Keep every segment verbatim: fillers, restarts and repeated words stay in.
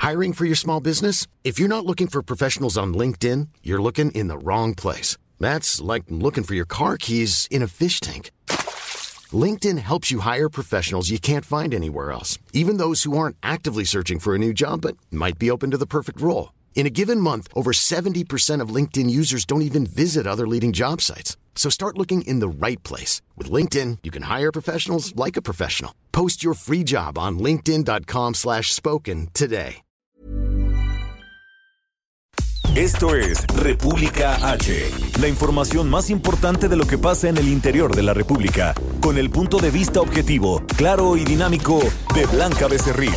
Hiring for your small business? If you're not looking for professionals on LinkedIn, you're looking in the wrong place. That's like looking for your car keys in a fish tank. LinkedIn helps you hire professionals you can't find anywhere else, even those who aren't actively searching for a new job but might be open to the perfect role. In a given month, over seventy percent of LinkedIn users don't even visit other leading job sites. So start looking in the right place. With LinkedIn, you can hire professionals like a professional. Post your free job on linkedin.com slash spoken today. Esto es República H, la información más importante de lo que pasa en el interior de la República, con el punto de vista objetivo, claro y dinámico de Blanca Becerril.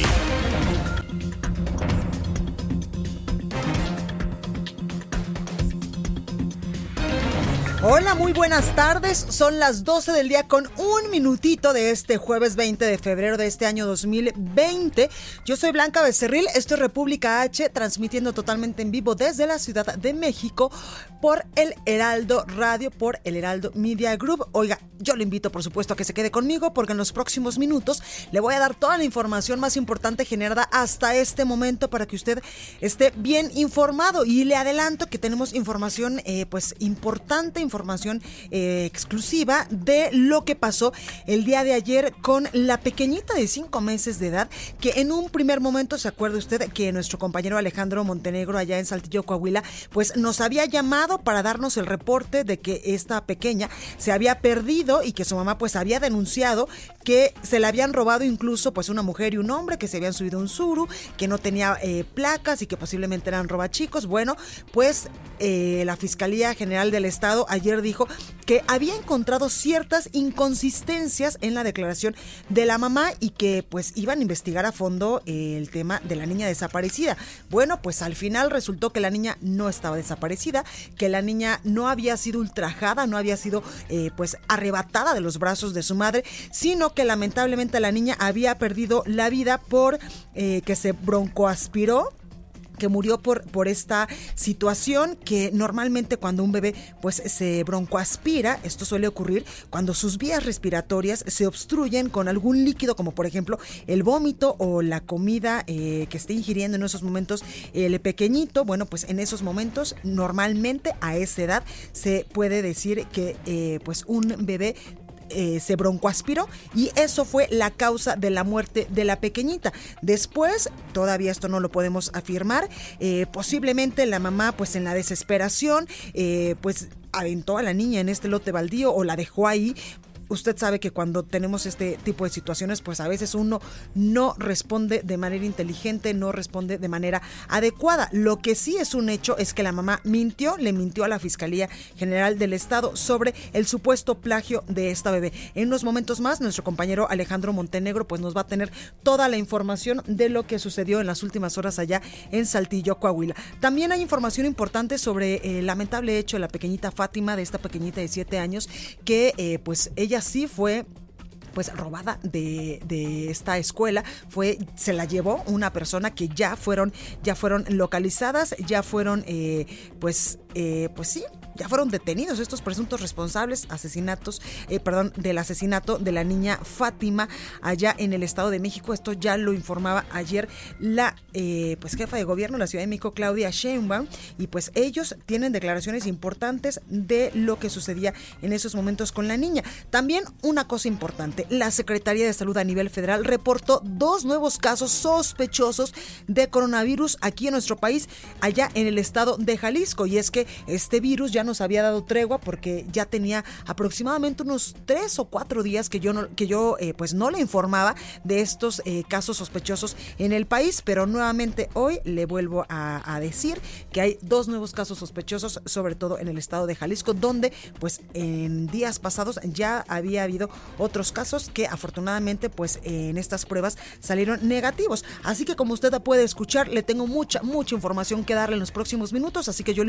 Hola, muy buenas tardes. Son las doce del día con un minutito de este jueves veinte de febrero de este año dos mil veinte. Yo soy Blanca Becerril, esto es República H, transmitiendo totalmente en vivo desde la Ciudad de México por el Heraldo Radio, por el Heraldo Media Group. Oiga, yo le invito por supuesto a que se quede conmigo porque en los próximos minutos le voy a dar toda la información más importante generada hasta este momento para que usted esté bien informado. Y le adelanto que tenemos información eh, pues importante, información información eh, exclusiva de lo que pasó el día de ayer con la pequeñita de cinco meses de edad, que en un primer momento, ¿se acuerda usted que nuestro compañero Alejandro Montenegro allá en Saltillo, Coahuila, pues nos había llamado para darnos el reporte de que esta pequeña se había perdido y que su mamá pues había denunciado que se le habían robado incluso pues una mujer y un hombre, que se habían subido a un suru, que no tenía eh, placas y que posiblemente eran robachicos? Bueno, pues eh, la Fiscalía General del Estado ayer dijo que había encontrado ciertas inconsistencias en la declaración de la mamá y que pues iban a investigar a fondo eh, el tema de la niña desaparecida. Bueno, pues al final resultó que la niña no estaba desaparecida, que la niña no había sido ultrajada, no había sido eh, pues arrebatada de los brazos de su madre, sino que lamentablemente la niña había perdido la vida por eh, que se broncoaspiró, que murió por, por esta situación, que normalmente cuando un bebé pues se broncoaspira, esto suele ocurrir cuando sus vías respiratorias se obstruyen con algún líquido, como por ejemplo el vómito o la comida eh, que esté ingiriendo en esos momentos el pequeñito. Bueno, pues en esos momentos normalmente a esa edad se puede decir que eh, pues un bebé Eh, se broncoaspiró y eso fue la causa de la muerte de la pequeñita. Después, todavía esto no lo podemos afirmar, eh, posiblemente la mamá pues en la desesperación eh, pues aventó a la niña en este lote baldío o la dejó ahí. Usted sabe que cuando tenemos este tipo de situaciones, pues a veces uno no responde de manera inteligente, no responde de manera adecuada. Lo que sí es un hecho es que la mamá mintió, le mintió a la Fiscalía General del Estado sobre el supuesto plagio de esta bebé. En unos momentos más, nuestro compañero Alejandro Montenegro pues nos va a tener toda la información de lo que sucedió en las últimas horas allá en Saltillo, Coahuila. También hay información importante sobre el lamentable hecho de la pequeñita Fátima, de esta pequeñita de siete años, que eh, pues ella sí fue pues robada de, de esta escuela. Fue, se la llevó una persona que ya fueron, ya fueron localizadas, ya fueron eh, pues, eh, pues sí, ya fueron detenidos estos presuntos responsables asesinatos, eh, perdón, del asesinato de la niña Fátima allá en el Estado de México. Esto ya lo informaba ayer la eh, pues jefa de gobierno de la Ciudad de México, Claudia Sheinbaum, y pues ellos tienen declaraciones importantes de lo que sucedía en esos momentos con la niña. También una cosa importante, la Secretaría de Salud a nivel federal reportó dos nuevos casos sospechosos de coronavirus aquí en nuestro país, allá en el estado de Jalisco, y es que este virus ya nos había dado tregua porque ya tenía aproximadamente unos tres o cuatro días que yo no, que yo eh, pues no le informaba de estos eh, casos sospechosos en el país, pero nuevamente hoy le vuelvo a, a decir que hay dos nuevos casos sospechosos, sobre todo en el estado de Jalisco, donde pues en días pasados ya había habido otros casos que afortunadamente pues en estas pruebas salieron negativos. Así que como usted puede escuchar, le tengo mucha, mucha información que darle en los próximos minutos, así que yo le invito a que se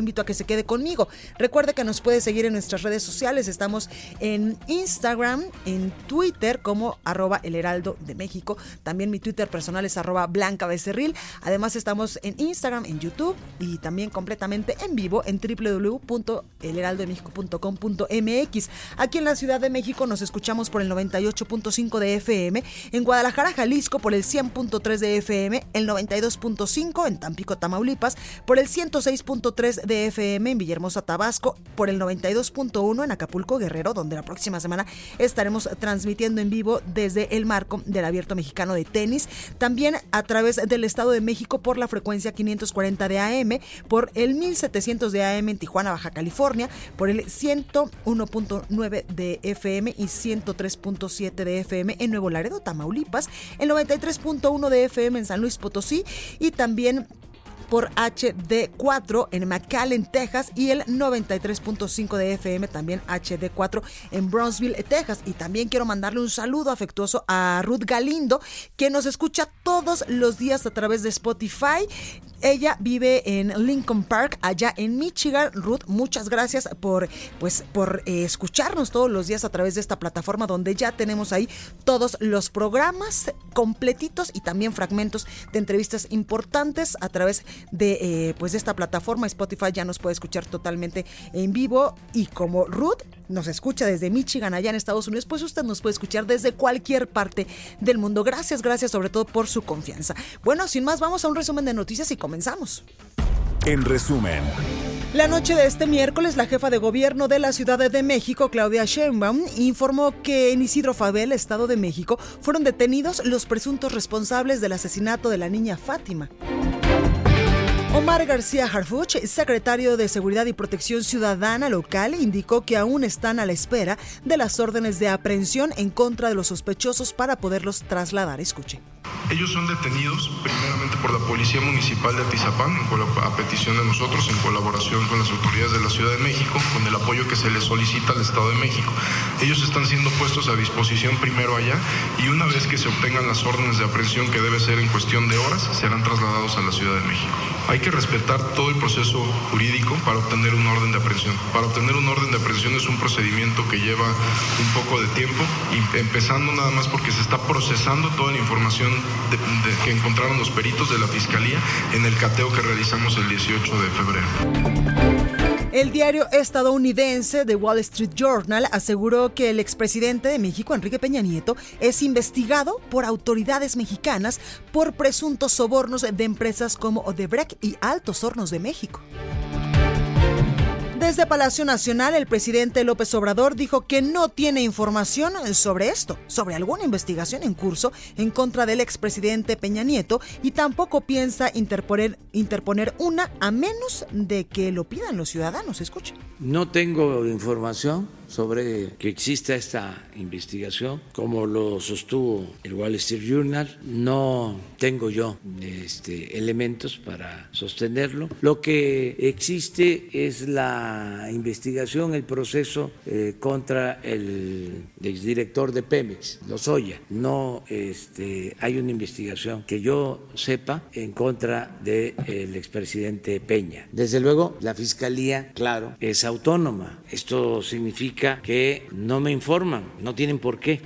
se quede conmigo. Recuerde que nos puede seguir en nuestras redes sociales. Estamos en Instagram, en Twitter como arroba el heraldo de México. También mi Twitter personal es arroba Blanca Becerril. Además estamos en Instagram, en YouTube y también completamente en vivo en doble u doble u doble u punto el heraldo de méxico punto com punto m x. Aquí en la Ciudad de México nos escuchamos por el noventa y ocho punto cinco de F M, en Guadalajara, Jalisco por el cien punto tres de F M, el noventa y dos punto cinco en Tampico, Tamaulipas, por el ciento seis punto tres de F M en Villahermosa, Tabasco, por el noventa y dos punto uno en Acapulco, Guerrero, donde la próxima semana estaremos transmitiendo en vivo desde el marco del Abierto Mexicano de Tenis. También a través del Estado de México por la frecuencia quinientos cuarenta de A M, por el mil setecientos de A M en Tijuana, Baja California, por el ciento uno punto nueve de F M y ciento tres punto siete de F M en Nuevo Laredo, Tamaulipas, el noventa y tres punto uno de F M en San Luis Potosí y también por H D cuatro en McAllen, Texas, y el noventa y tres punto cinco de F M también H D cuatro en Brownsville, Texas. Y también quiero mandarle un saludo afectuoso a Ruth Galindo, que nos escucha todos los días a través de Spotify. Ella vive en Lincoln Park, allá en Michigan. Ruth, muchas gracias por, pues, por eh, escucharnos todos los días a través de esta plataforma, donde ya tenemos ahí todos los programas completitos y también fragmentos de entrevistas importantes a través de, eh, pues, de esta plataforma. Spotify ya nos puede escuchar totalmente en vivo, y como Ruth nos escucha desde Michigan, allá en Estados Unidos, pues usted nos puede escuchar desde cualquier parte del mundo. Gracias, gracias sobre todo por su confianza. Bueno, sin más, vamos a un resumen de noticias y comenzamos. En resumen. La noche de este miércoles, la jefa de gobierno de la Ciudad de México, Claudia Sheinbaum, informó que en Isidro Fabel, Estado de México, fueron detenidos los presuntos responsables del asesinato de la niña Fátima. Omar García Harfuch, secretario de Seguridad y Protección Ciudadana local, indicó que aún están a la espera de las órdenes de aprehensión en contra de los sospechosos para poderlos trasladar. Escuche. Ellos son detenidos primeramente por la Policía Municipal de Atizapán, a petición de nosotros, en colaboración con las autoridades de la Ciudad de México, con el apoyo que se les solicita al Estado de México. Ellos están siendo puestos a disposición primero allá, y una vez que se obtengan las órdenes de aprehensión, que debe ser en cuestión de horas, serán trasladados a la Ciudad de México. Hay que respetar todo el proceso jurídico para obtener un orden de aprehensión. Para obtener un orden de aprehensión es un procedimiento que lleva un poco de tiempo, y empezando nada más porque se está procesando toda la información de, de, que encontraron los peritos de la Fiscalía en el cateo que realizamos el dieciocho de febrero. El diario estadounidense The Wall Street Journal aseguró que el expresidente de México, Enrique Peña Nieto, es investigado por autoridades mexicanas por presuntos sobornos de empresas como Odebrecht y Altos Hornos de México. Desde Palacio Nacional, el presidente López Obrador dijo que no tiene información sobre esto, sobre alguna investigación en curso en contra del expresidente Peña Nieto, y tampoco piensa interponer, interponer una, a menos de que lo pidan los ciudadanos. Escuchen. No tengo información sobre que exista esta investigación, como lo sostuvo el Wall Street Journal. No tengo yo este, elementos para sostenerlo. Lo que existe es la investigación, el proceso eh, contra el exdirector de Pemex, Lozoya. No este, hay una investigación que yo sepa en contra del expresidente Peña. Desde luego, la Fiscalía, claro, es autónoma. Esto significa que no me informan, no tienen por qué.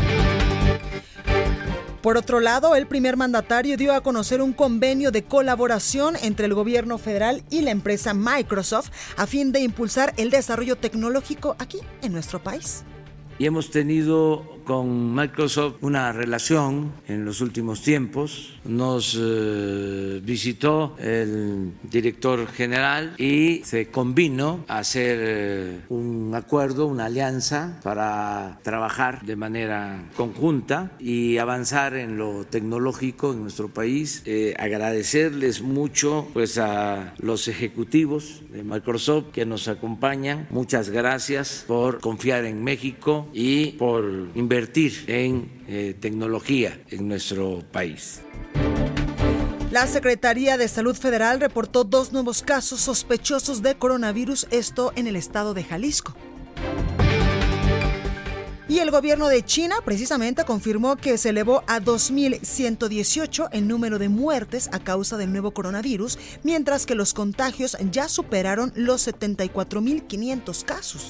Por otro lado, el primer mandatario dio a conocer un convenio de colaboración entre el gobierno federal y la empresa Microsoft a fin de impulsar el desarrollo tecnológico aquí en nuestro país. Y hemos tenido con Microsoft una relación en los últimos tiempos. Nos eh, visitó el director general y se convino a hacer eh, un acuerdo, una alianza para trabajar de manera conjunta y avanzar en lo tecnológico en nuestro país. Eh, agradecerles mucho pues a los ejecutivos de Microsoft que nos acompañan. Muchas gracias por confiar en México y por invertir en eh, tecnología en nuestro país. La Secretaría de Salud Federal reportó dos nuevos casos sospechosos de coronavirus, esto en el estado de Jalisco. Y el gobierno de China precisamente confirmó que se elevó a dos mil ciento dieciocho el número de muertes a causa del nuevo coronavirus, mientras que los contagios ya superaron los setenta y cuatro mil quinientos casos.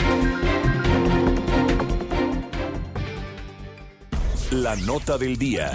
La nota del día.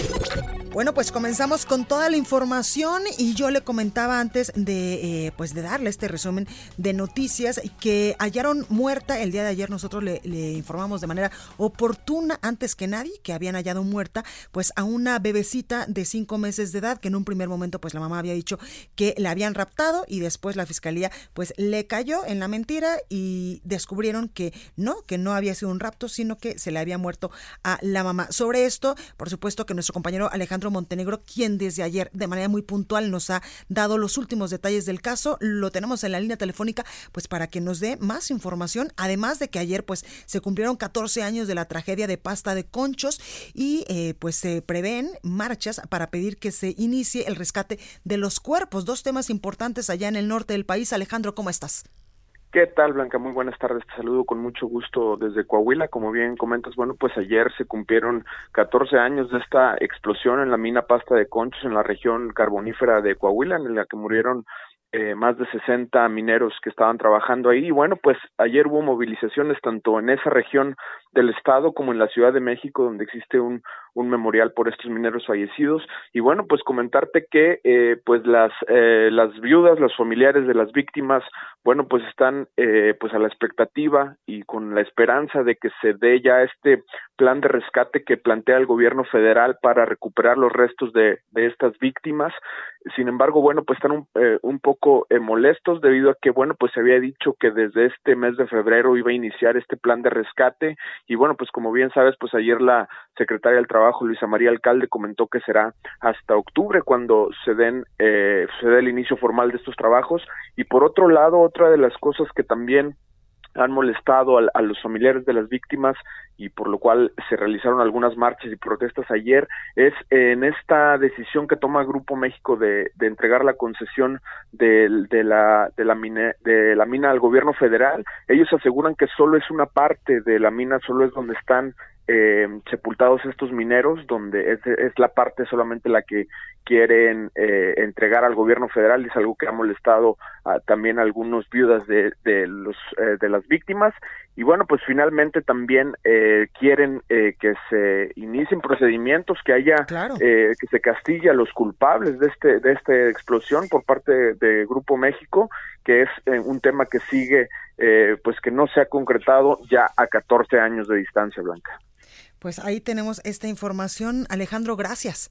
Bueno, pues comenzamos con toda la información y yo le comentaba antes de, eh, pues de darle este resumen de noticias que hallaron muerta el día de ayer. Nosotros le, le informamos de manera oportuna, antes que nadie, que habían hallado muerta pues a una bebecita de cinco meses de edad que en un primer momento pues la mamá había dicho que la habían raptado y después la fiscalía pues le cayó en la mentira y descubrieron que no, que no había sido un rapto, sino que se le había muerto a la mamá. Sobre esto, por supuesto que nuestro compañero Alejandro Montenegro, quien desde ayer de manera muy puntual nos ha dado los últimos detalles del caso, lo tenemos en la línea telefónica pues para que nos dé más información, además de que ayer pues se cumplieron catorce años de la tragedia de Pasta de Conchos y eh, pues se prevén marchas para pedir que se inicie el rescate de los cuerpos, dos temas importantes allá en el norte del país. Alejandro, ¿cómo estás? ¿Qué tal, Blanca? Muy buenas tardes, te saludo con mucho gusto desde Coahuila. Como bien comentas, bueno, pues ayer se cumplieron catorce años de esta explosión en la mina Pasta de Conchos en la región carbonífera de Coahuila, en la que murieron eh, más de sesenta mineros que estaban trabajando ahí. Y bueno, pues ayer hubo movilizaciones tanto en esa región del estado como en la Ciudad de México, donde existe un un memorial por estos mineros fallecidos. Y bueno, pues comentarte que eh, pues las eh, las viudas, los familiares de las víctimas, bueno, pues están eh, pues a la expectativa y con la esperanza de que se dé ya este plan de rescate que plantea el gobierno federal para recuperar los restos de, de estas víctimas. Sin embargo, bueno, pues están un, eh, un poco eh, molestos debido a que, bueno, pues se había dicho que desde este mes de febrero iba a iniciar este plan de rescate y bueno, pues como bien sabes, pues ayer la secretaria del Trabajo, Luisa María Alcalde, comentó que será hasta octubre cuando se den eh, se dé el inicio formal de estos trabajos. Y por otro lado, otra de las cosas que también han molestado a, a los familiares de las víctimas y por lo cual se realizaron algunas marchas y protestas ayer es en esta decisión que toma Grupo México de, de entregar la concesión de, de la de la mina de la mina al gobierno federal. Ellos aseguran que solo es una parte de la mina, solo es donde están eh, sepultados estos mineros, donde es, es la parte solamente la que quieren eh, entregar al gobierno federal. Es algo que ha molestado a, también a algunos viudas de, de los eh, de las víctimas. Y bueno, pues finalmente también eh, quieren eh, que se inicien procedimientos, que haya claro. eh, que se castigue a los culpables de este de esta explosión por parte de, de Grupo México, que es eh, un tema que sigue eh, pues que no se ha concretado ya a catorce años de distancia, Blanca. Pues ahí tenemos esta información. Alejandro, gracias.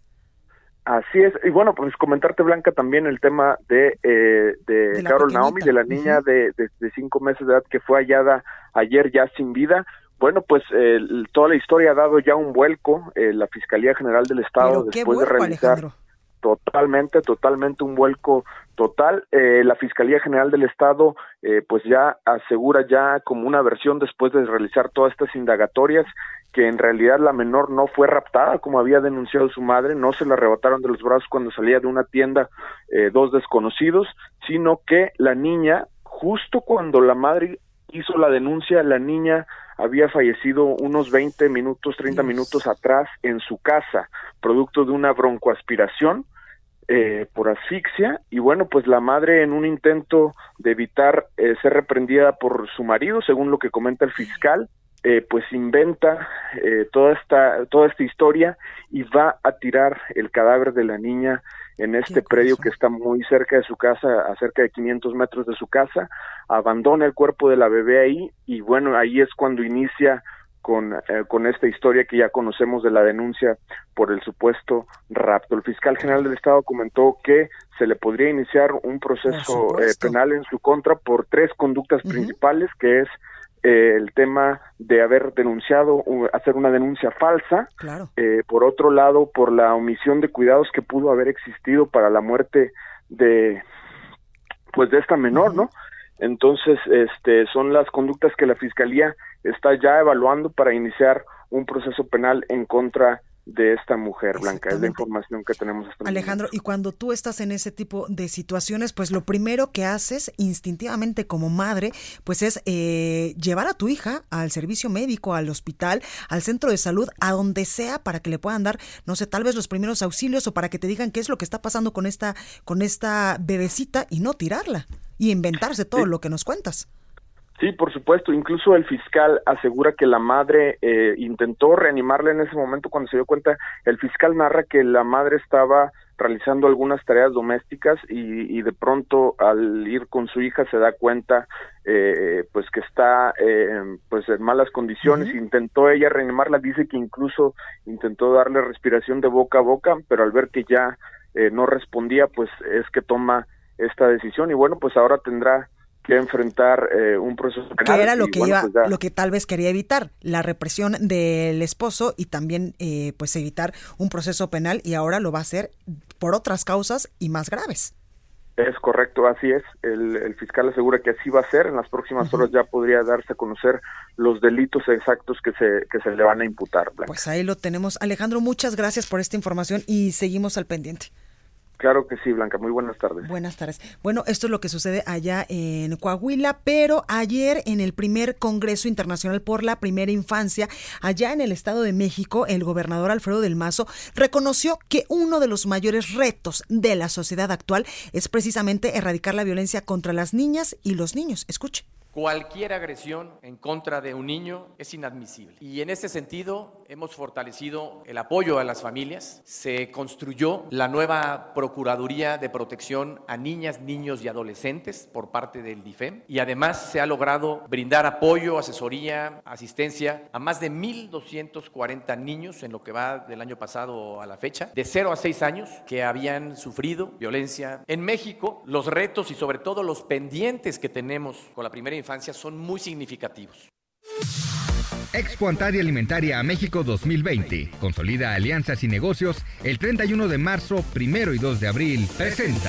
Así es, y bueno, pues comentarte, Blanca, también el tema de eh, de, de Carol pequeñita. Naomi, de la niña uh-huh. de, de, de cinco meses de edad que fue hallada ayer ya sin vida. Bueno, pues eh, toda la historia ha dado ya un vuelco, eh, la Fiscalía General del Estado, después vuelco, de realizar Alejandro. totalmente, totalmente un vuelco total. Eh, la Fiscalía General del Estado eh, pues ya asegura ya como una versión después de realizar todas estas indagatorias que en realidad la menor no fue raptada como había denunciado su madre, no se la arrebataron de los brazos cuando salía de una tienda eh, dos desconocidos, sino que la niña, justo cuando la madre hizo la denuncia, la niña había fallecido unos veinte minutos, treinta Dios. minutos atrás en su casa, producto de una broncoaspiración eh, por asfixia. Y bueno, pues la madre, en un intento de evitar eh, ser reprendida por su marido, según lo que comenta el fiscal, Eh, pues inventa eh, toda esta toda esta historia y va a tirar el cadáver de la niña en este predio que está muy cerca de su casa, a cerca de quinientos metros de su casa, abandona el cuerpo de la bebé ahí y bueno, ahí es cuando inicia con eh, con esta historia que ya conocemos de la denuncia por el supuesto rapto. El fiscal general del Estado comentó que se le podría iniciar un proceso eh, penal en su contra por tres conductas uh-huh. principales, que es Eh, el tema de haber denunciado, uh, hacer una denuncia falsa, claro. eh, por otro lado, por la omisión de cuidados que pudo haber existido para la muerte de, pues de esta menor, uh-huh. ¿no? Entonces, este, son las conductas que la Fiscalía está ya evaluando para iniciar un proceso penal en contra de esta mujer, Blanca. Es la información que tenemos hasta el Alejandro, momento. Y cuando tú estás en ese tipo de situaciones, pues lo primero que haces instintivamente como madre, pues es eh, llevar a tu hija al servicio médico, al hospital, al centro de salud, a donde sea, para que le puedan dar, no sé, tal vez los primeros auxilios o para que te digan qué es lo que está pasando con esta, con esta bebecita y no tirarla y inventarse todo sí. lo que nos cuentas. Sí, por supuesto. Incluso el fiscal asegura que la madre eh, intentó reanimarla en ese momento cuando se dio cuenta. El fiscal narra que la madre estaba realizando algunas tareas domésticas y, y de pronto al ir con su hija se da cuenta eh, pues que está eh, pues en malas condiciones. Uh-huh. Intentó ella reanimarla, dice que incluso intentó darle respiración de boca a boca, pero al ver que ya eh, no respondía, pues es que toma esta decisión y bueno, pues ahora tendrá que enfrentar eh, un proceso penal. Que era lo que bueno, iba, pues ya... lo que tal vez quería evitar, la represión del esposo y también eh, pues evitar un proceso penal, y ahora lo va a hacer por otras causas y más graves. Es correcto, así es. El, el fiscal asegura que así va a ser. En las próximas uh-huh. horas ya podría darse a conocer los delitos exactos que se que se le van a imputar, Blanca. Pues ahí lo tenemos. Alejandro, muchas gracias por esta información y seguimos al pendiente. Claro que sí, Blanca. Muy buenas tardes. Buenas tardes. Bueno, esto es lo que sucede allá en Coahuila, pero ayer en el primer Congreso Internacional por la Primera Infancia, allá en el Estado de México, el gobernador Alfredo del Mazo reconoció que uno de los mayores retos de la sociedad actual es precisamente erradicar la violencia contra las niñas y los niños. Escuche. Cualquier agresión en contra de un niño es inadmisible. Y en ese sentido hemos fortalecido el apoyo a las familias. Se construyó la nueva Procuraduría de Protección a Niñas, Niños y Adolescentes por parte del D I F E M. Y además se ha logrado brindar apoyo, asesoría, asistencia a más de mil doscientos cuarenta niños en lo que va del año pasado a la fecha, de cero a seis años, que habían sufrido violencia. En México, los retos y sobre todo los pendientes que tenemos con la primera infancia son muy significativos. Expo Antaria Alimentaria a México dos mil veinte. Consolida alianzas y negocios. El treinta y uno de marzo, primero y dos de abril. Presenta.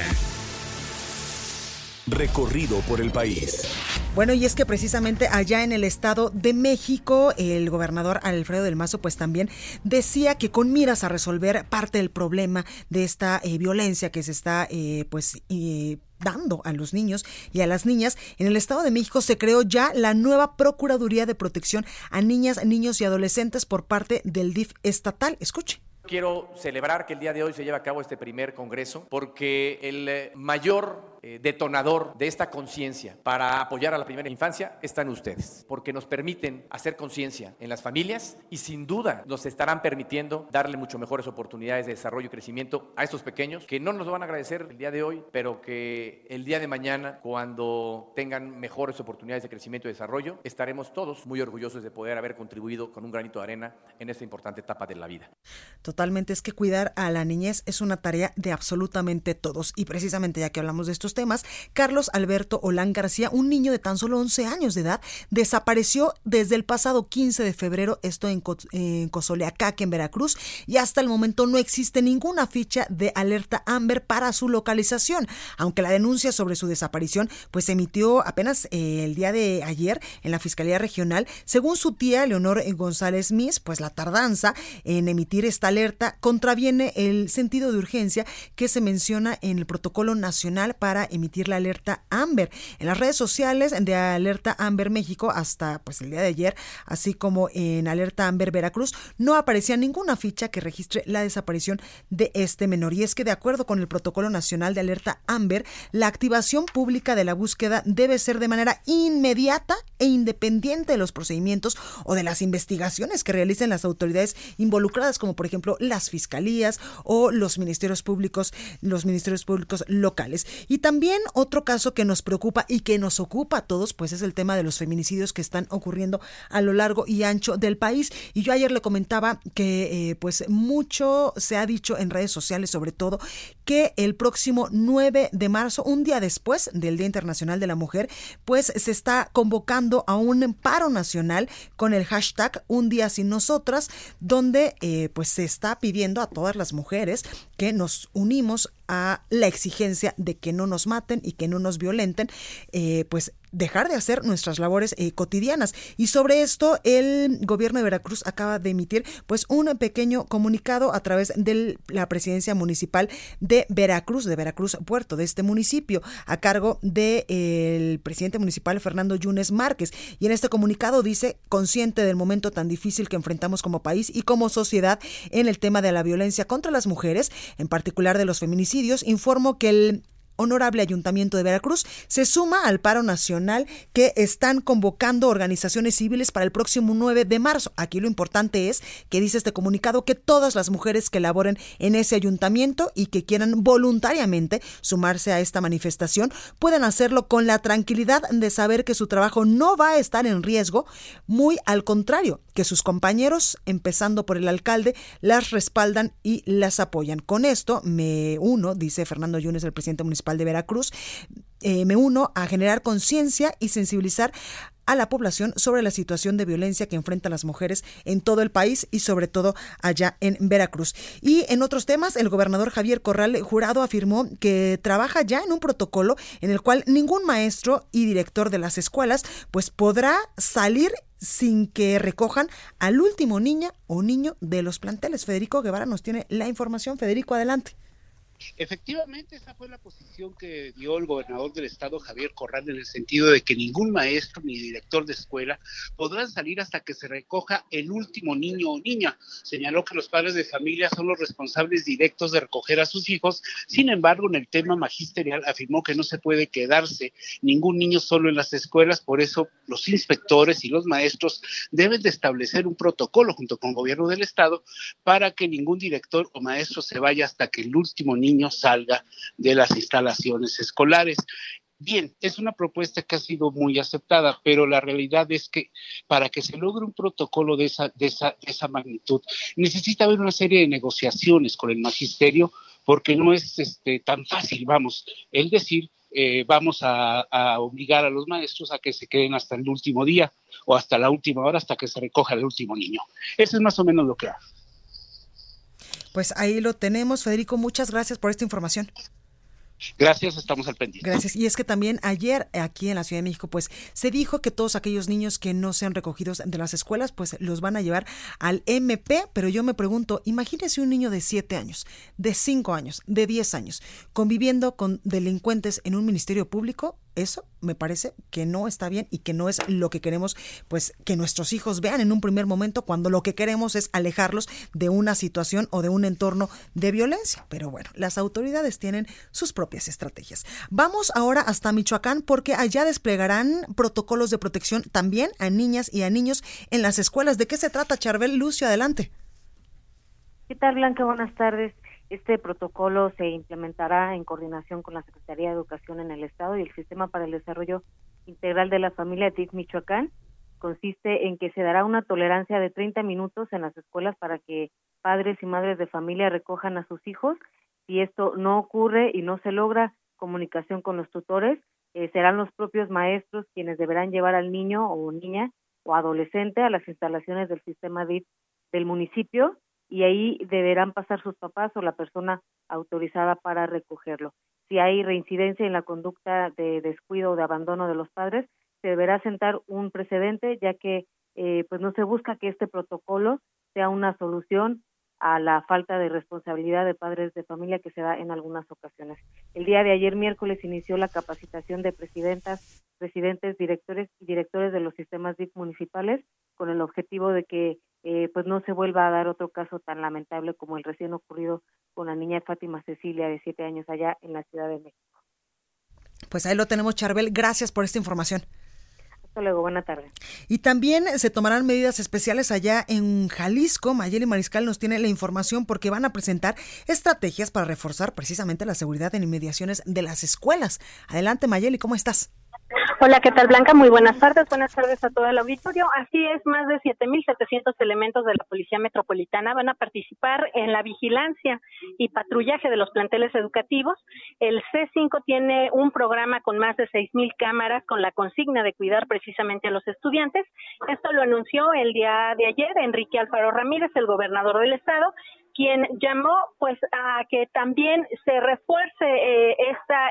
Recorrido por el país. Bueno, y es que precisamente allá en el Estado de México, el gobernador Alfredo del Mazo pues también decía que con miras a resolver parte del problema de esta eh, violencia que se está eh, pues eh, dando a los niños y a las niñas, en el Estado de México se creó ya la nueva Procuraduría de Protección a Niñas, Niños y Adolescentes por parte del D I F estatal. Escuche. Quiero celebrar que el día de hoy se lleve a cabo este primer congreso porque el mayor eh, detonador de esta conciencia para apoyar a la primera infancia están ustedes, porque nos permiten hacer conciencia en las familias y sin duda nos estarán permitiendo darle mucho mejores oportunidades de desarrollo y crecimiento a estos pequeños que no nos lo van a agradecer el día de hoy, pero que el día de mañana, cuando tengan mejores oportunidades de crecimiento y desarrollo, estaremos todos muy orgullosos de poder haber contribuido con un granito de arena en esta importante etapa de la vida. Totalmente, es que cuidar a la niñez es una tarea de absolutamente todos. Y precisamente ya que hablamos de estos temas, Carlos Alberto Olán García, un niño de tan solo once años de edad, desapareció desde el pasado quince de febrero, esto en, Co- en Cozoleacaque, en Veracruz, y hasta el momento no existe ninguna ficha de alerta Amber para su localización, aunque la denuncia sobre su desaparición pues se emitió apenas eh, el día de ayer en la Fiscalía Regional. Según su tía Leonor González Mis, pues la tardanza en emitir esta alerta contraviene el sentido de urgencia que se menciona en el protocolo nacional para emitir la alerta Amber. En las redes sociales de Alerta Amber México hasta pues el día de ayer, así como en Alerta Amber Veracruz, no aparecía ninguna ficha que registre la desaparición de este menor. Y es que de acuerdo con el protocolo nacional de Alerta Amber, la activación pública de la búsqueda debe ser de manera inmediata e independiente de los procedimientos o de las investigaciones que realicen las autoridades involucradas, como por ejemplo las fiscalías o los ministerios públicos, los ministerios públicos locales. Y también otro caso que nos preocupa y que nos ocupa a todos, pues es el tema de los feminicidios que están ocurriendo a lo largo y ancho del país. Y yo ayer le comentaba que eh, pues mucho se ha dicho en redes sociales, sobre todo, que el próximo nueve de marzo, un día después del Día Internacional de la Mujer, pues se está convocando a un paro nacional con el hashtag Un Día Sin Nosotras, donde eh, pues se está pidiendo a todas las mujeres que nos unimos a la exigencia de que no nos maten y que no nos violenten, eh, pues dejar de hacer nuestras labores eh, cotidianas. Y sobre esto, el gobierno de Veracruz acaba de emitir pues un pequeño comunicado a través de la presidencia municipal de Veracruz, de Veracruz Puerto, de este municipio, a cargo del de presidente municipal Fernando Yunes Márquez. Y en este comunicado dice, consciente del momento tan difícil que enfrentamos como país y como sociedad en el tema de la violencia contra las mujeres, en particular de los feminicidios, informo que el Honorable Ayuntamiento de Veracruz se suma al paro nacional que están convocando organizaciones civiles para el próximo nueve de marzo. Aquí lo importante es que dice este comunicado que todas las mujeres que laboren en ese ayuntamiento y que quieran voluntariamente sumarse a esta manifestación pueden hacerlo con la tranquilidad de saber que su trabajo no va a estar en riesgo, muy al contrario, que sus compañeros, empezando por el alcalde, las respaldan y las apoyan. Con esto me uno, dice Fernando Yunes, el presidente municipal de Veracruz, eh, me uno a generar conciencia y sensibilizar a la población sobre la situación de violencia que enfrentan las mujeres en todo el país y sobre todo allá en Veracruz. Y en otros temas, el gobernador Javier Corral Jurado afirmó que trabaja ya en un protocolo en el cual ningún maestro y director de las escuelas pues podrá salir sin que recojan al último niña o niño de los planteles. Federico Guevara nos tiene la información. Federico, adelante. Efectivamente, esa fue la posición que dio el gobernador del estado, Javier Corral, en el sentido de que ningún maestro ni director de escuela podrán salir hasta que se recoja el último niño o niña. Señaló que los padres de familia son los responsables directos de recoger a sus hijos. Sin embargo, en el tema magisterial afirmó que no se puede quedarse ningún niño solo en las escuelas. Por eso los inspectores y los maestros deben de establecer un protocolo junto con el gobierno del estado para que ningún director o maestro se vaya hasta que el último niño salga de las instalaciones escolares. Bien, es una propuesta que ha sido muy aceptada, pero la realidad es que para que se logre un protocolo de esa, de esa, de esa magnitud, necesita haber una serie de negociaciones con el magisterio, porque no es este, tan fácil, vamos, el decir, eh, vamos a, a obligar a los maestros a que se queden hasta el último día o hasta la última hora, hasta que se recoja el último niño. Eso es más o menos lo que hace. Pues ahí lo tenemos, Federico, muchas gracias por esta información. Gracias, estamos al pendiente. Gracias. Y es que también ayer aquí en la Ciudad de México, pues se dijo que todos aquellos niños que no sean recogidos de las escuelas, pues los van a llevar al M P, pero yo me pregunto, imagínese un niño de siete años, de cinco años, de diez años, conviviendo con delincuentes en un ministerio público. Eso me parece que no está bien y que no es lo que queremos, pues que nuestros hijos vean en un primer momento, cuando lo que queremos es alejarlos de una situación o de un entorno de violencia. Pero bueno, las autoridades tienen sus propias estrategias. Vamos ahora hasta Michoacán, porque allá desplegarán protocolos de protección también a niñas y a niños en las escuelas. ¿De qué se trata, Charbel? Lucio, adelante. ¿Qué tal, Blanca? Buenas tardes. Este protocolo se implementará en coordinación con la Secretaría de Educación en el Estado y el Sistema para el Desarrollo Integral de la Familia D I F Michoacán. Consiste en que se dará una tolerancia de treinta minutos en las escuelas para que padres y madres de familia recojan a sus hijos. Si esto no ocurre y no se logra comunicación con los tutores, eh, serán los propios maestros quienes deberán llevar al niño o niña o adolescente a las instalaciones del sistema D I F del municipio, y ahí deberán pasar sus papás o la persona autorizada para recogerlo. Si hay reincidencia en la conducta de descuido o de abandono de los padres, se deberá sentar un precedente, ya que eh, pues no se busca que este protocolo sea una solución a la falta de responsabilidad de padres de familia que se da en algunas ocasiones. El día de ayer, miércoles, inició la capacitación de presidentas, presidentes, directores y directores de los sistemas D I F municipales, con el objetivo de que eh, pues no se vuelva a dar otro caso tan lamentable como el recién ocurrido con la niña Fátima Cecilia, de siete años, allá en la Ciudad de México. Pues ahí lo tenemos, Charbel. Gracias por esta información. Hasta luego, buena tarde. Y también se tomarán medidas especiales allá en Jalisco. Mayeli Mariscal nos tiene la información porque van a presentar estrategias para reforzar precisamente la seguridad en inmediaciones de las escuelas. Adelante, Mayeli, ¿cómo estás? Hola, ¿qué tal, Blanca? Muy buenas tardes. Buenas tardes a todo el auditorio. Así es, más de siete mil setecientos elementos de la Policía Metropolitana van a participar en la vigilancia y patrullaje de los planteles educativos. El C cinco tiene un programa con más de seis mil cámaras con la consigna de cuidar precisamente a los estudiantes. Esto lo anunció el día de ayer Enrique Alfaro Ramírez, el gobernador del estado, quien llamó pues a que también se refuerce eh, esta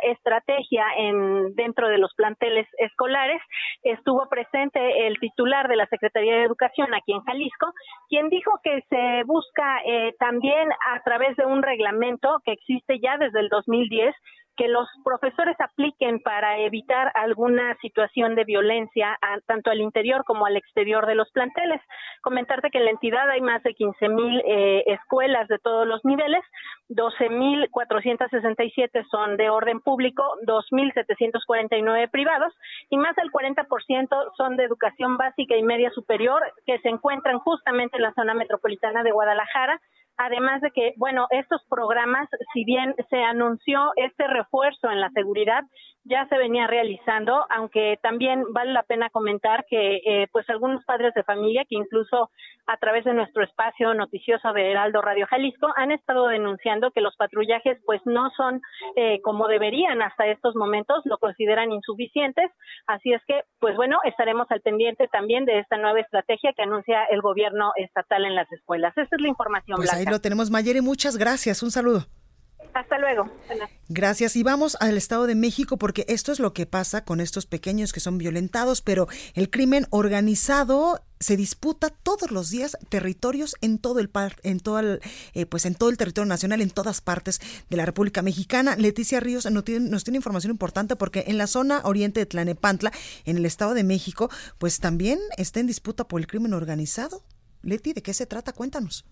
estrategia en dentro de los planteles escolares. Estuvo presente el titular de la Secretaría de Educación aquí en Jalisco, quien dijo que se busca eh, también a través de un reglamento que existe ya desde el dos mil diez, que los profesores apliquen para evitar alguna situación de violencia a, tanto al interior como al exterior de los planteles. Comentarte que en la entidad hay más de quince mil eh, escuelas de todos los niveles, doce mil cuatrocientos sesenta y siete son de orden público, dos mil setecientos cuarenta y nueve privados y más del cuarenta por ciento son de educación básica y media superior que se encuentran justamente en la zona metropolitana de Guadalajara. Además de que, bueno, estos programas, si bien se anunció este refuerzo en la seguridad, ya se venía realizando, aunque también vale la pena comentar que eh, pues algunos padres de familia que incluso a través de nuestro espacio noticioso de Heraldo Radio Jalisco han estado denunciando que los patrullajes pues no son eh, como deberían hasta estos momentos, lo consideran insuficientes, así es que pues bueno, estaremos al pendiente también de esta nueva estrategia que anuncia el gobierno estatal en las escuelas. Esa es la información, pues Blanca. Ahí lo tenemos, Mayere, muchas gracias, un saludo. Hasta luego. Gracias. Y vamos al Estado de México porque esto es lo que pasa con estos pequeños que son violentados, pero el crimen organizado se disputa todos los días territorios en todo el par, en todo el, eh, pues en todo el territorio nacional, en todas partes de la República Mexicana. Leticia Ríos nos tiene, nos tiene información importante porque en la zona oriente de Tlalnepantla, en el Estado de México, pues también está en disputa por el crimen organizado. Leti, ¿de qué se trata? Cuéntanos.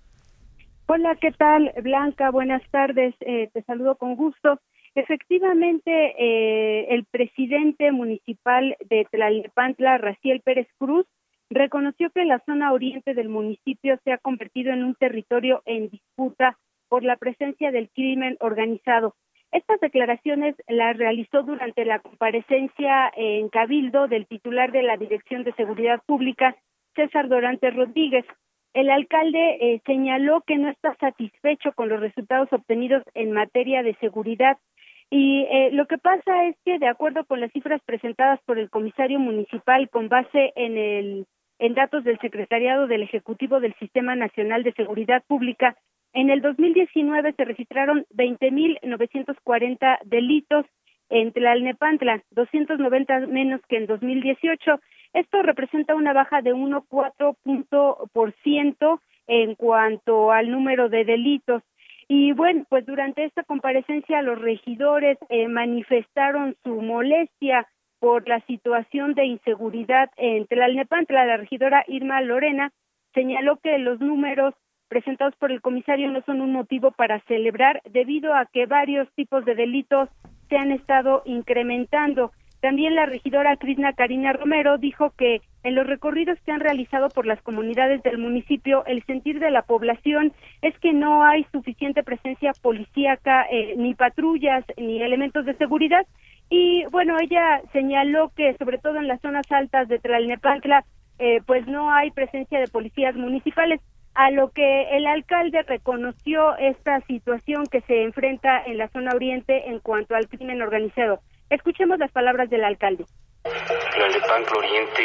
Hola, ¿qué tal, Blanca? Buenas tardes, eh, te saludo con gusto. Efectivamente, eh, el presidente municipal de Tlalnepantla, Raciel Pérez Cruz, reconoció que la zona oriente del municipio se ha convertido en un territorio en disputa por la presencia del crimen organizado. Estas declaraciones las realizó durante la comparecencia en Cabildo del titular de la Dirección de Seguridad Pública, César Dorantes Rodríguez. El alcalde eh, señaló que no está satisfecho con los resultados obtenidos en materia de seguridad y eh, lo que pasa es que de acuerdo con las cifras presentadas por el comisario municipal con base en el en datos del Secretariado del Ejecutivo del Sistema Nacional de Seguridad Pública, en el dos mil diecinueve se registraron veinte mil novecientos cuarenta delitos en Tlalnepantla, doscientos noventa menos que en dos mil dieciocho. Esto representa una baja de uno coma cuatro por ciento en cuanto al número de delitos. Y bueno, pues durante esta comparecencia los regidores eh, manifestaron su molestia por la situación de inseguridad en Tlalnepantla. La regidora Irma Lorena señaló que los números presentados por el comisario no son un motivo para celebrar debido a que varios tipos de delitos se han estado incrementando. También la regidora Crisna Karina Romero dijo que en los recorridos que han realizado por las comunidades del municipio, el sentir de la población es que no hay suficiente presencia policíaca, eh, ni patrullas, ni elementos de seguridad. Y bueno, ella señaló que sobre todo en las zonas altas de Tlalnepantla, eh, pues no hay presencia de policías municipales, a lo que el alcalde reconoció esta situación que se enfrenta en la zona oriente en cuanto al crimen organizado. Escuchemos las palabras del alcalde. Tlalnepantla Oriente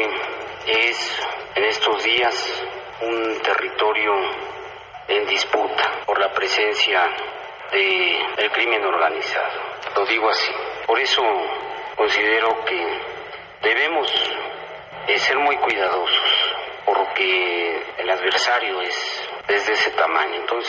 es en estos días un territorio en disputa por la presencia del crimen organizado. Lo digo así. Por eso considero que debemos ser muy cuidadosos porque el adversario es, es de ese tamaño. Entonces,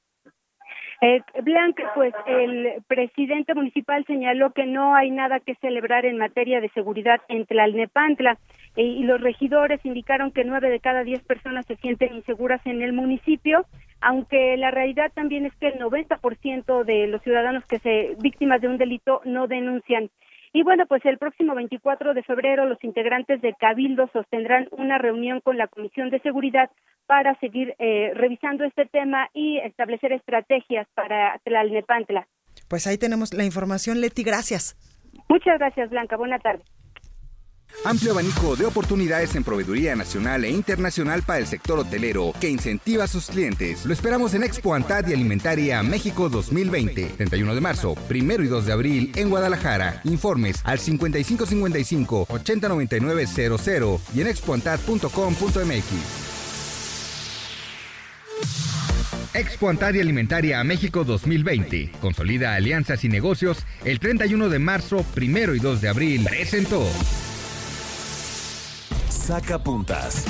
Eh, Blanca, pues el presidente municipal señaló que no hay nada que celebrar en materia de seguridad en Tlalnepantla eh, y los regidores indicaron que nueve de cada diez personas se sienten inseguras en el municipio, aunque la realidad también es que el noventa por ciento de los ciudadanos que se víctimas de un delito no denuncian. Y bueno, pues el próximo veinticuatro de febrero los integrantes de Cabildo sostendrán una reunión con la Comisión de Seguridad para seguir eh, revisando este tema y establecer estrategias para Tlalnepantla. Pues ahí tenemos la información, Leti, gracias. Muchas gracias, Blanca, buena tarde. Amplio abanico de oportunidades en proveeduría nacional e internacional para el sector hotelero que incentiva a sus clientes. Lo esperamos en Expo Antad y Alimentaria México dos mil veinte, treinta y uno de marzo, primero y dos de abril en Guadalajara. Informes al cincuenta y cinco cincuenta y cinco ochenta noventa y nueve cero cero y en expoantad punto com punto m x. Expo Antad y Alimentaria México dos mil veinte. Consolida alianzas y negocios. El treinta y uno de marzo, primero y dos de abril. Presentó. Saca puntas.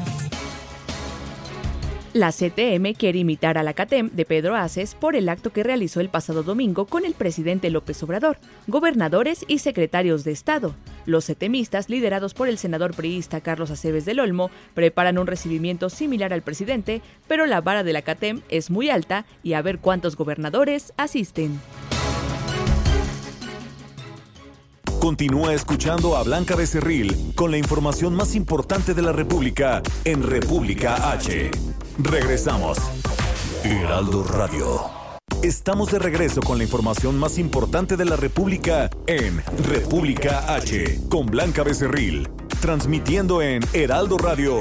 La C T M quiere imitar a la CATEM de Pedro Aces por el acto que realizó el pasado domingo con el presidente López Obrador, gobernadores y secretarios de Estado. Los CTMistas, liderados por el senador priista Carlos Aceves del Olmo, preparan un recibimiento similar al presidente, pero la vara de la CATEM es muy alta y a ver cuántos gobernadores asisten. Continúa escuchando a Blanca Becerril con la información más importante de la República en República H. Regresamos. Heraldo Radio. Estamos de regreso con la información más importante de la República en República H con Blanca Becerril, transmitiendo en Heraldo Radio.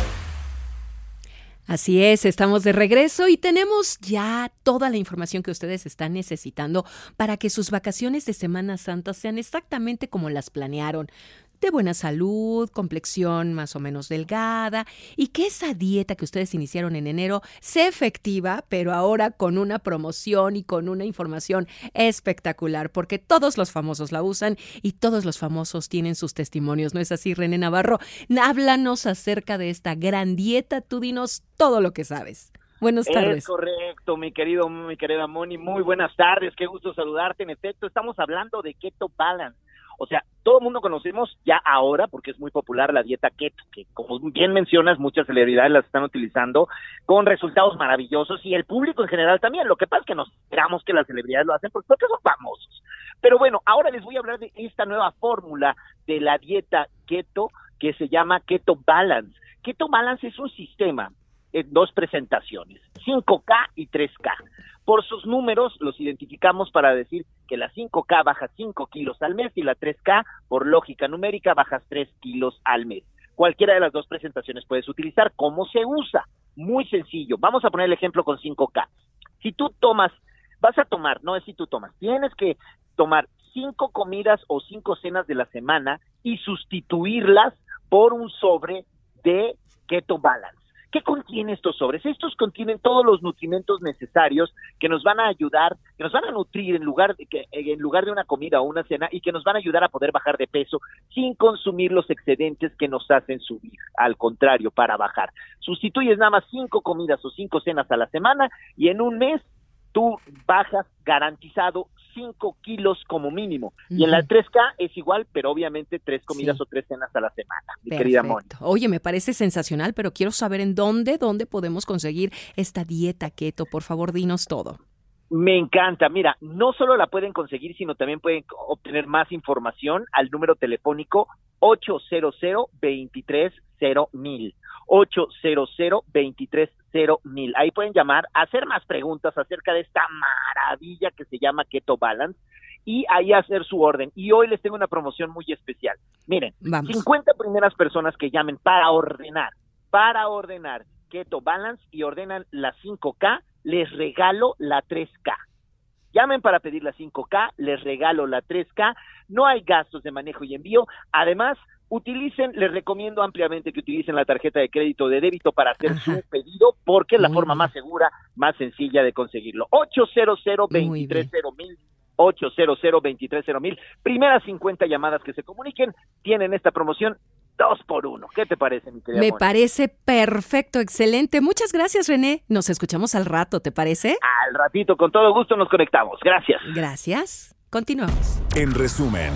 Así es, estamos de regreso y tenemos ya toda la información que ustedes están necesitando para que sus vacaciones de Semana Santa sean exactamente como las planearon. De buena salud, complexión más o menos delgada y que esa dieta que ustedes iniciaron en enero sea efectiva, pero ahora con una promoción y con una información espectacular, porque todos los famosos la usan y todos los famosos tienen sus testimonios. ¿No es así, René Navarro? Háblanos acerca de esta gran dieta, tú dinos todo lo que sabes. Buenas tardes. Es correcto, mi querido, mi querida Moni, muy buenas tardes, qué gusto saludarte. En efecto, estamos hablando de Keto Balance. O sea, todo el mundo conocemos ya ahora, porque es muy popular la dieta keto, que como bien mencionas, muchas celebridades las están utilizando con resultados maravillosos y el público en general también. Lo que pasa es que nos esperamos que las celebridades lo hacen porque son famosos. Pero bueno, ahora les voy a hablar de esta nueva fórmula de la dieta keto que se llama Keto Balance. Keto Balance es un sistema en dos presentaciones, cinco K y tres K. Por sus números los identificamos para decir que la cinco K baja cinco kilos al mes y la tres K, por lógica numérica, bajas tres kilos al mes. Cualquiera de las dos presentaciones puedes utilizar. ¿Cómo se usa? Muy sencillo. Vamos a poner el ejemplo con cinco K. Si tú tomas, vas a tomar, no es si tú tomas, tienes que tomar cinco comidas o cinco cenas de la semana y sustituirlas por un sobre de Keto Balance. ¿Qué contiene estos sobres? Estos contienen todos los nutrimentos necesarios que nos van a ayudar, que nos van a nutrir en lugar de que en lugar de una comida o una cena y que nos van a ayudar a poder bajar de peso sin consumir los excedentes que nos hacen subir. Al contrario, para bajar. Sustituyes nada más cinco comidas o cinco cenas a la semana y en un mes tú bajas garantizado cinco kilos como mínimo. Uh-huh. Y en la tres K es igual, pero obviamente tres comidas sí. o tres cenas a la semana, mi Perfecto. querida Moni. Oye, me parece sensacional, pero quiero saber en dónde, dónde podemos conseguir esta dieta keto. Por favor, dinos todo. Me encanta. Mira, no solo la pueden conseguir, sino también pueden obtener más información al número telefónico ocho cero cero, veintitrés cero mil. ocho cero cero, veintitrés cero mil. Ahí pueden llamar, hacer más preguntas acerca de esta maravilla que se llama Keto Balance y ahí hacer su orden. Y hoy les tengo una promoción muy especial. Miren, Vamos. cincuenta primeras personas que llamen para ordenar, para ordenar Keto Balance y ordenan la cinco K, les regalo la tres K. Llamen para pedir la cinco K, les regalo la tres K, no hay gastos de manejo y envío. Además, utilicen, les recomiendo ampliamente que utilicen la tarjeta de crédito o de débito para hacer Ajá. su pedido, porque es la Muy forma bien. más segura, más sencilla de conseguirlo. ocho cero cero, veintitrés cero mil, ocho cero cero, veintitrés cero mil. Primeras cincuenta llamadas que se comuniquen tienen esta promoción dos por uno. ¿Qué te parece, mi querida Me Moni? parece perfecto, excelente. Muchas gracias, René. Nos escuchamos al rato, ¿te parece? Al ratito, con todo gusto nos conectamos. Gracias. Gracias. Continuamos. En resumen,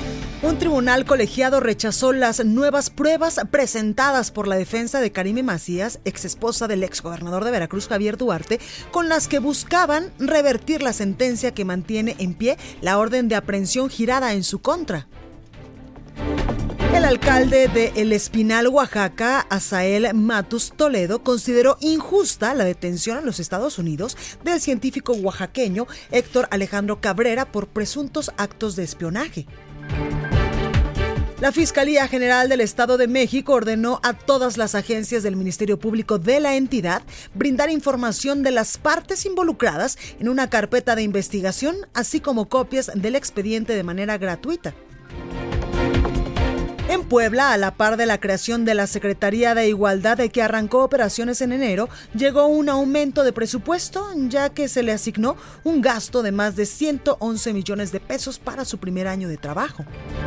un tribunal colegiado rechazó las nuevas pruebas presentadas por la defensa de Karime Macías, exesposa del exgobernador de Veracruz, Javier Duarte, con las que buscaban revertir la sentencia que mantiene en pie la orden de aprehensión girada en su contra. El alcalde de El Espinal, Oaxaca, Asael Matus Toledo, consideró injusta la detención en los Estados Unidos del científico oaxaqueño Héctor Alejandro Cabrera por presuntos actos de espionaje. La Fiscalía General del Estado de México ordenó a todas las agencias del Ministerio Público de la entidad brindar información de las partes involucradas en una carpeta de investigación, así como copias del expediente de manera gratuita. En Puebla, a la par de la creación de la Secretaría de Igualdad de que arrancó operaciones en enero, llegó un aumento de presupuesto, ya que se le asignó un gasto de más de ciento once millones de pesos para su primer año de trabajo.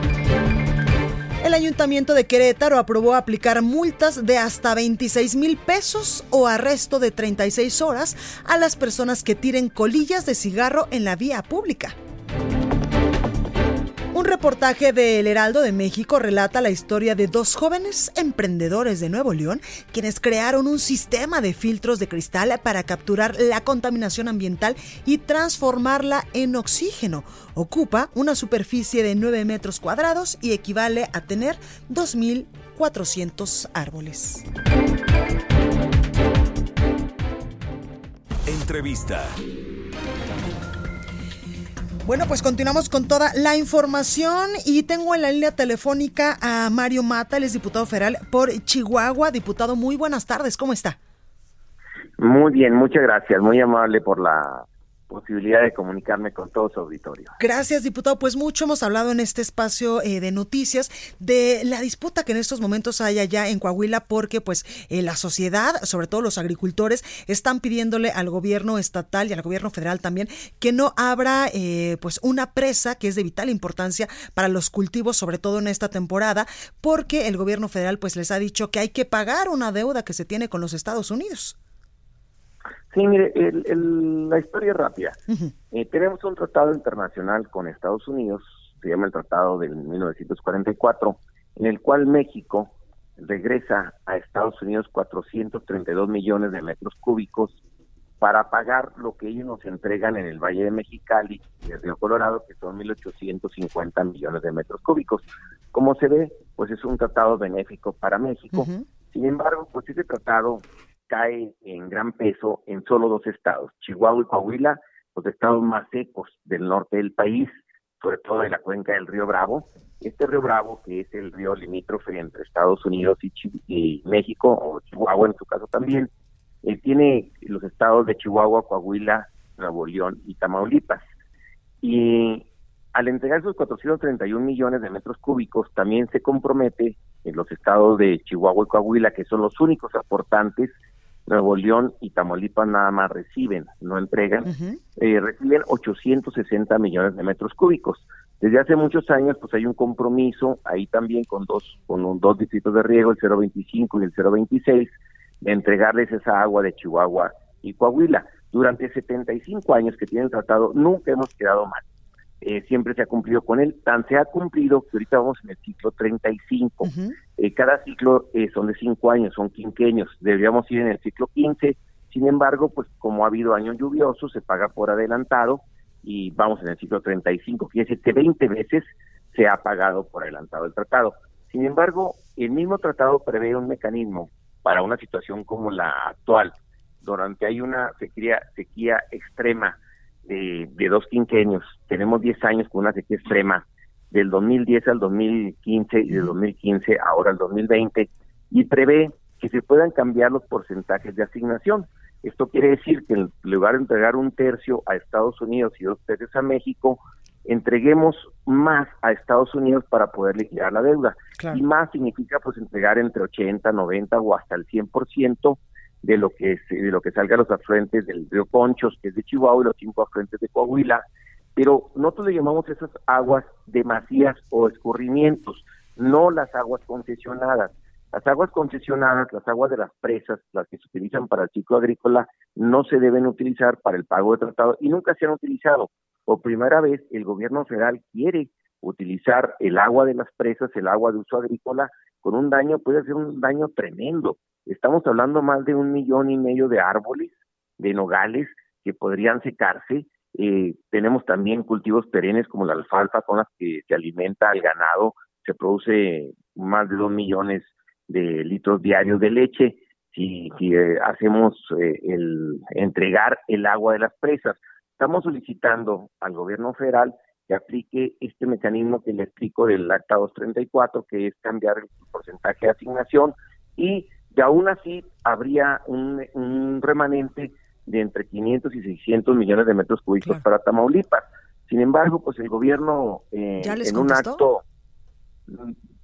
El Ayuntamiento de Querétaro aprobó aplicar multas de hasta veintiséis mil pesos o arresto de treinta y seis horas a las personas que tiren colillas de cigarro en la vía pública. Un reportaje de El Heraldo de México relata la historia de dos jóvenes emprendedores de Nuevo León, quienes crearon un sistema de filtros de cristal para capturar la contaminación ambiental y transformarla en oxígeno. Ocupa una superficie de nueve metros cuadrados y equivale a tener dos mil cuatrocientos árboles. Entrevista. Bueno, pues continuamos con toda la información y tengo en la línea telefónica a Mario Mata, él es diputado federal por Chihuahua. Diputado, muy buenas tardes, ¿cómo está? Muy bien, muchas gracias, muy amable por la posibilidad de comunicarme con todo su auditorio. Gracias, diputado. Pues mucho hemos hablado en este espacio eh, de noticias de la disputa que en estos momentos hay allá en Coahuila, porque pues eh, la sociedad, sobre todo los agricultores, están pidiéndole al gobierno estatal y al gobierno federal también que no abra eh, pues una presa que es de vital importancia para los cultivos, sobre todo en esta temporada, porque el gobierno federal pues les ha dicho que hay que pagar una deuda que se tiene con los Estados Unidos. Sí, mire, el, el, la historia es rápida. Uh-huh. Eh, tenemos un tratado internacional con Estados Unidos, se llama el Tratado del mil novecientos cuarenta y cuatro, en el cual México regresa a Estados Unidos cuatrocientos treinta y dos millones de metros cúbicos para pagar lo que ellos nos entregan en el Valle de Mexicali y el Río Colorado, que son mil ochocientos cincuenta millones de metros cúbicos. Como se ve, pues es un tratado benéfico para México. Uh-huh. Sin embargo, pues ese tratado cae en gran peso en solo dos estados, Chihuahua y Coahuila, los estados más secos del norte del país, sobre todo de la cuenca del río Bravo. Este río Bravo, que es el río limítrofe entre Estados Unidos y, Chi- y México, o Chihuahua en su caso también, eh, tiene los estados de Chihuahua, Coahuila, Nuevo León y Tamaulipas. Y al entregar esos cuatrocientos treinta y un millones de metros cúbicos, también se compromete en los estados de Chihuahua y Coahuila, que son los únicos aportantes. Nuevo León y Tamaulipas nada más reciben, no entregan, uh-huh. eh, reciben ochocientos sesenta millones de metros cúbicos. Desde hace muchos años, pues hay un compromiso ahí también con dos con un, dos distritos de riego, el cero veinticinco y el cero veintiséis, de entregarles esa agua de Chihuahua y Coahuila. Durante setenta y cinco años que tiene el tratado, nunca hemos quedado mal. Eh, siempre se ha cumplido con él, tan se ha cumplido que ahorita vamos en el ciclo treinta y cinco. Uh-huh. Eh, cada ciclo eh, son de cinco años, son quinquenios, deberíamos ir en el ciclo quince, sin embargo, pues como ha habido años lluviosos, se paga por adelantado y vamos en el ciclo treinta y cinco, quiere decir que veinte veces se ha pagado por adelantado el tratado. Sin embargo, el mismo tratado prevé un mecanismo para una situación como la actual, durante hay una sequía, sequía extrema, De, de dos quinquenios, tenemos diez años con una sequía extrema, del dos mil diez al dos mil quince y del dos mil quince ahora al dos mil veinte, y prevé que se puedan cambiar los porcentajes de asignación. Esto quiere decir que en lugar de entregar un tercio a Estados Unidos y dos tercios a México, entreguemos más a Estados Unidos para poder liquidar la deuda. Claro. Y más significa pues entregar entre ochenta, noventa o hasta el cien por ciento de lo que de lo que salga a los afluentes del río Conchos, que es de Chihuahua, y los cinco afluentes de Coahuila, pero nosotros le llamamos esas aguas demasías o escurrimientos, no las aguas concesionadas. Las aguas concesionadas, las aguas de las presas, las que se utilizan para el ciclo agrícola, no se deben utilizar para el pago de tratado y nunca se han utilizado. Por primera vez, el gobierno federal quiere utilizar el agua de las presas, el agua de uso agrícola, con un daño, puede ser un daño tremendo. Estamos hablando más de un millón y medio de árboles, de nogales, que podrían secarse. Eh, tenemos también cultivos perennes como la alfalfa, con las que se alimenta el ganado. Se produce más de dos millones de litros diarios de leche. Si, si eh, hacemos eh, el entregar el agua de las presas, estamos solicitando al gobierno federal que aplique este mecanismo que le explico del Acta doscientos treinta y cuatro, que es cambiar el porcentaje de asignación, y y aún así habría un, un remanente de entre quinientos y seiscientos millones de metros cúbicos claro. para Tamaulipas. Sin embargo, pues el gobierno eh, en contestó? un acto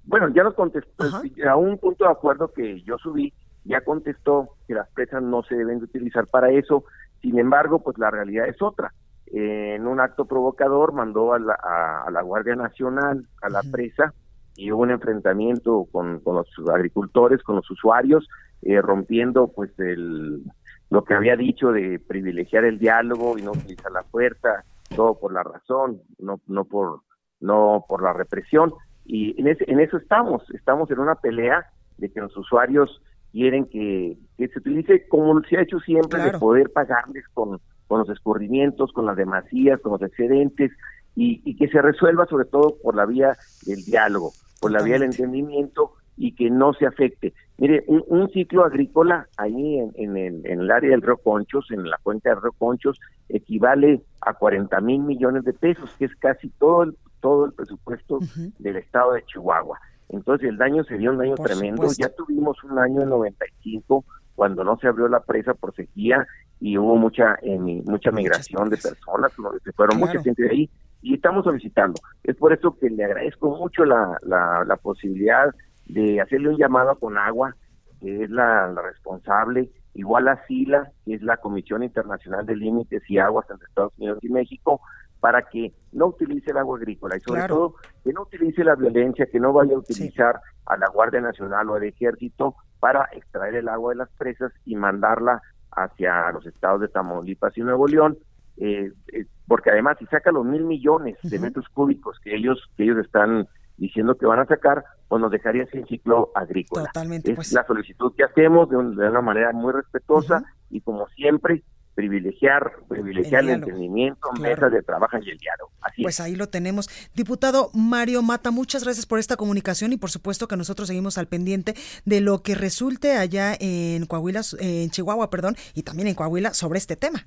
Bueno, ya nos contestó, a un punto de acuerdo que yo subí, ya contestó que las presas no se deben de utilizar para eso. Sin embargo, pues la realidad es otra. Eh, en un acto provocador mandó a la, a, a la Guardia Nacional a la uh-huh. presa y hubo un enfrentamiento con, con los agricultores, con los usuarios, eh, rompiendo pues el lo que había dicho de privilegiar el diálogo y no utilizar la fuerza, todo por la razón, no no por no por la represión. Y en, ese, en eso estamos, estamos en una pelea de que los usuarios quieren que, que se utilice como se ha hecho siempre, claro. de poder pagarles con, con los escurrimientos, con las demasías, con los excedentes, y, y que se resuelva sobre todo por la vía del diálogo, por la vía del entendimiento, y que no se afecte. Mire, un, un ciclo agrícola ahí en, en, el, en el área del Río Conchos, en la cuenca del Río Conchos, equivale a cuarenta mil millones de pesos, que es casi todo el, todo el presupuesto uh-huh. del estado de Chihuahua. Entonces el daño sería un daño por tremendo. Supuesto. Ya tuvimos un año en noventa y cinco cuando no se abrió la presa por sequía y hubo mucha eh, mucha migración de personas, ¿no? Se fueron claro. mucha gente de ahí y estamos solicitando. Es por eso que le agradezco mucho la, la, la posibilidad de hacerle un llamado a Conagua, que es la, la responsable, igual a SILA, que es la Comisión Internacional de Límites y Aguas entre Estados Unidos y México, para que no utilice el agua agrícola y sobre claro. todo que no utilice la violencia, que no vaya a utilizar sí. a la Guardia Nacional o al Ejército para extraer el agua de las presas y mandarla hacia los estados de Tamaulipas y Nuevo León, eh, eh, porque además si saca los mil millones uh-huh. de metros cúbicos que ellos que ellos están diciendo que van a sacar, pues nos dejaría sin ciclo agrícola. Totalmente, es pues. la solicitud que hacemos de, un, de una manera muy respetuosa uh-huh. y como siempre privilegiar privilegiar el, el entendimiento, claro. mesas de trabajo y el diálogo. Así pues es. Ahí lo tenemos. Diputado Mario Mata, muchas gracias por esta comunicación y por supuesto que nosotros seguimos al pendiente de lo que resulte allá en Coahuila, en Chihuahua, perdón, y también en Coahuila sobre este tema.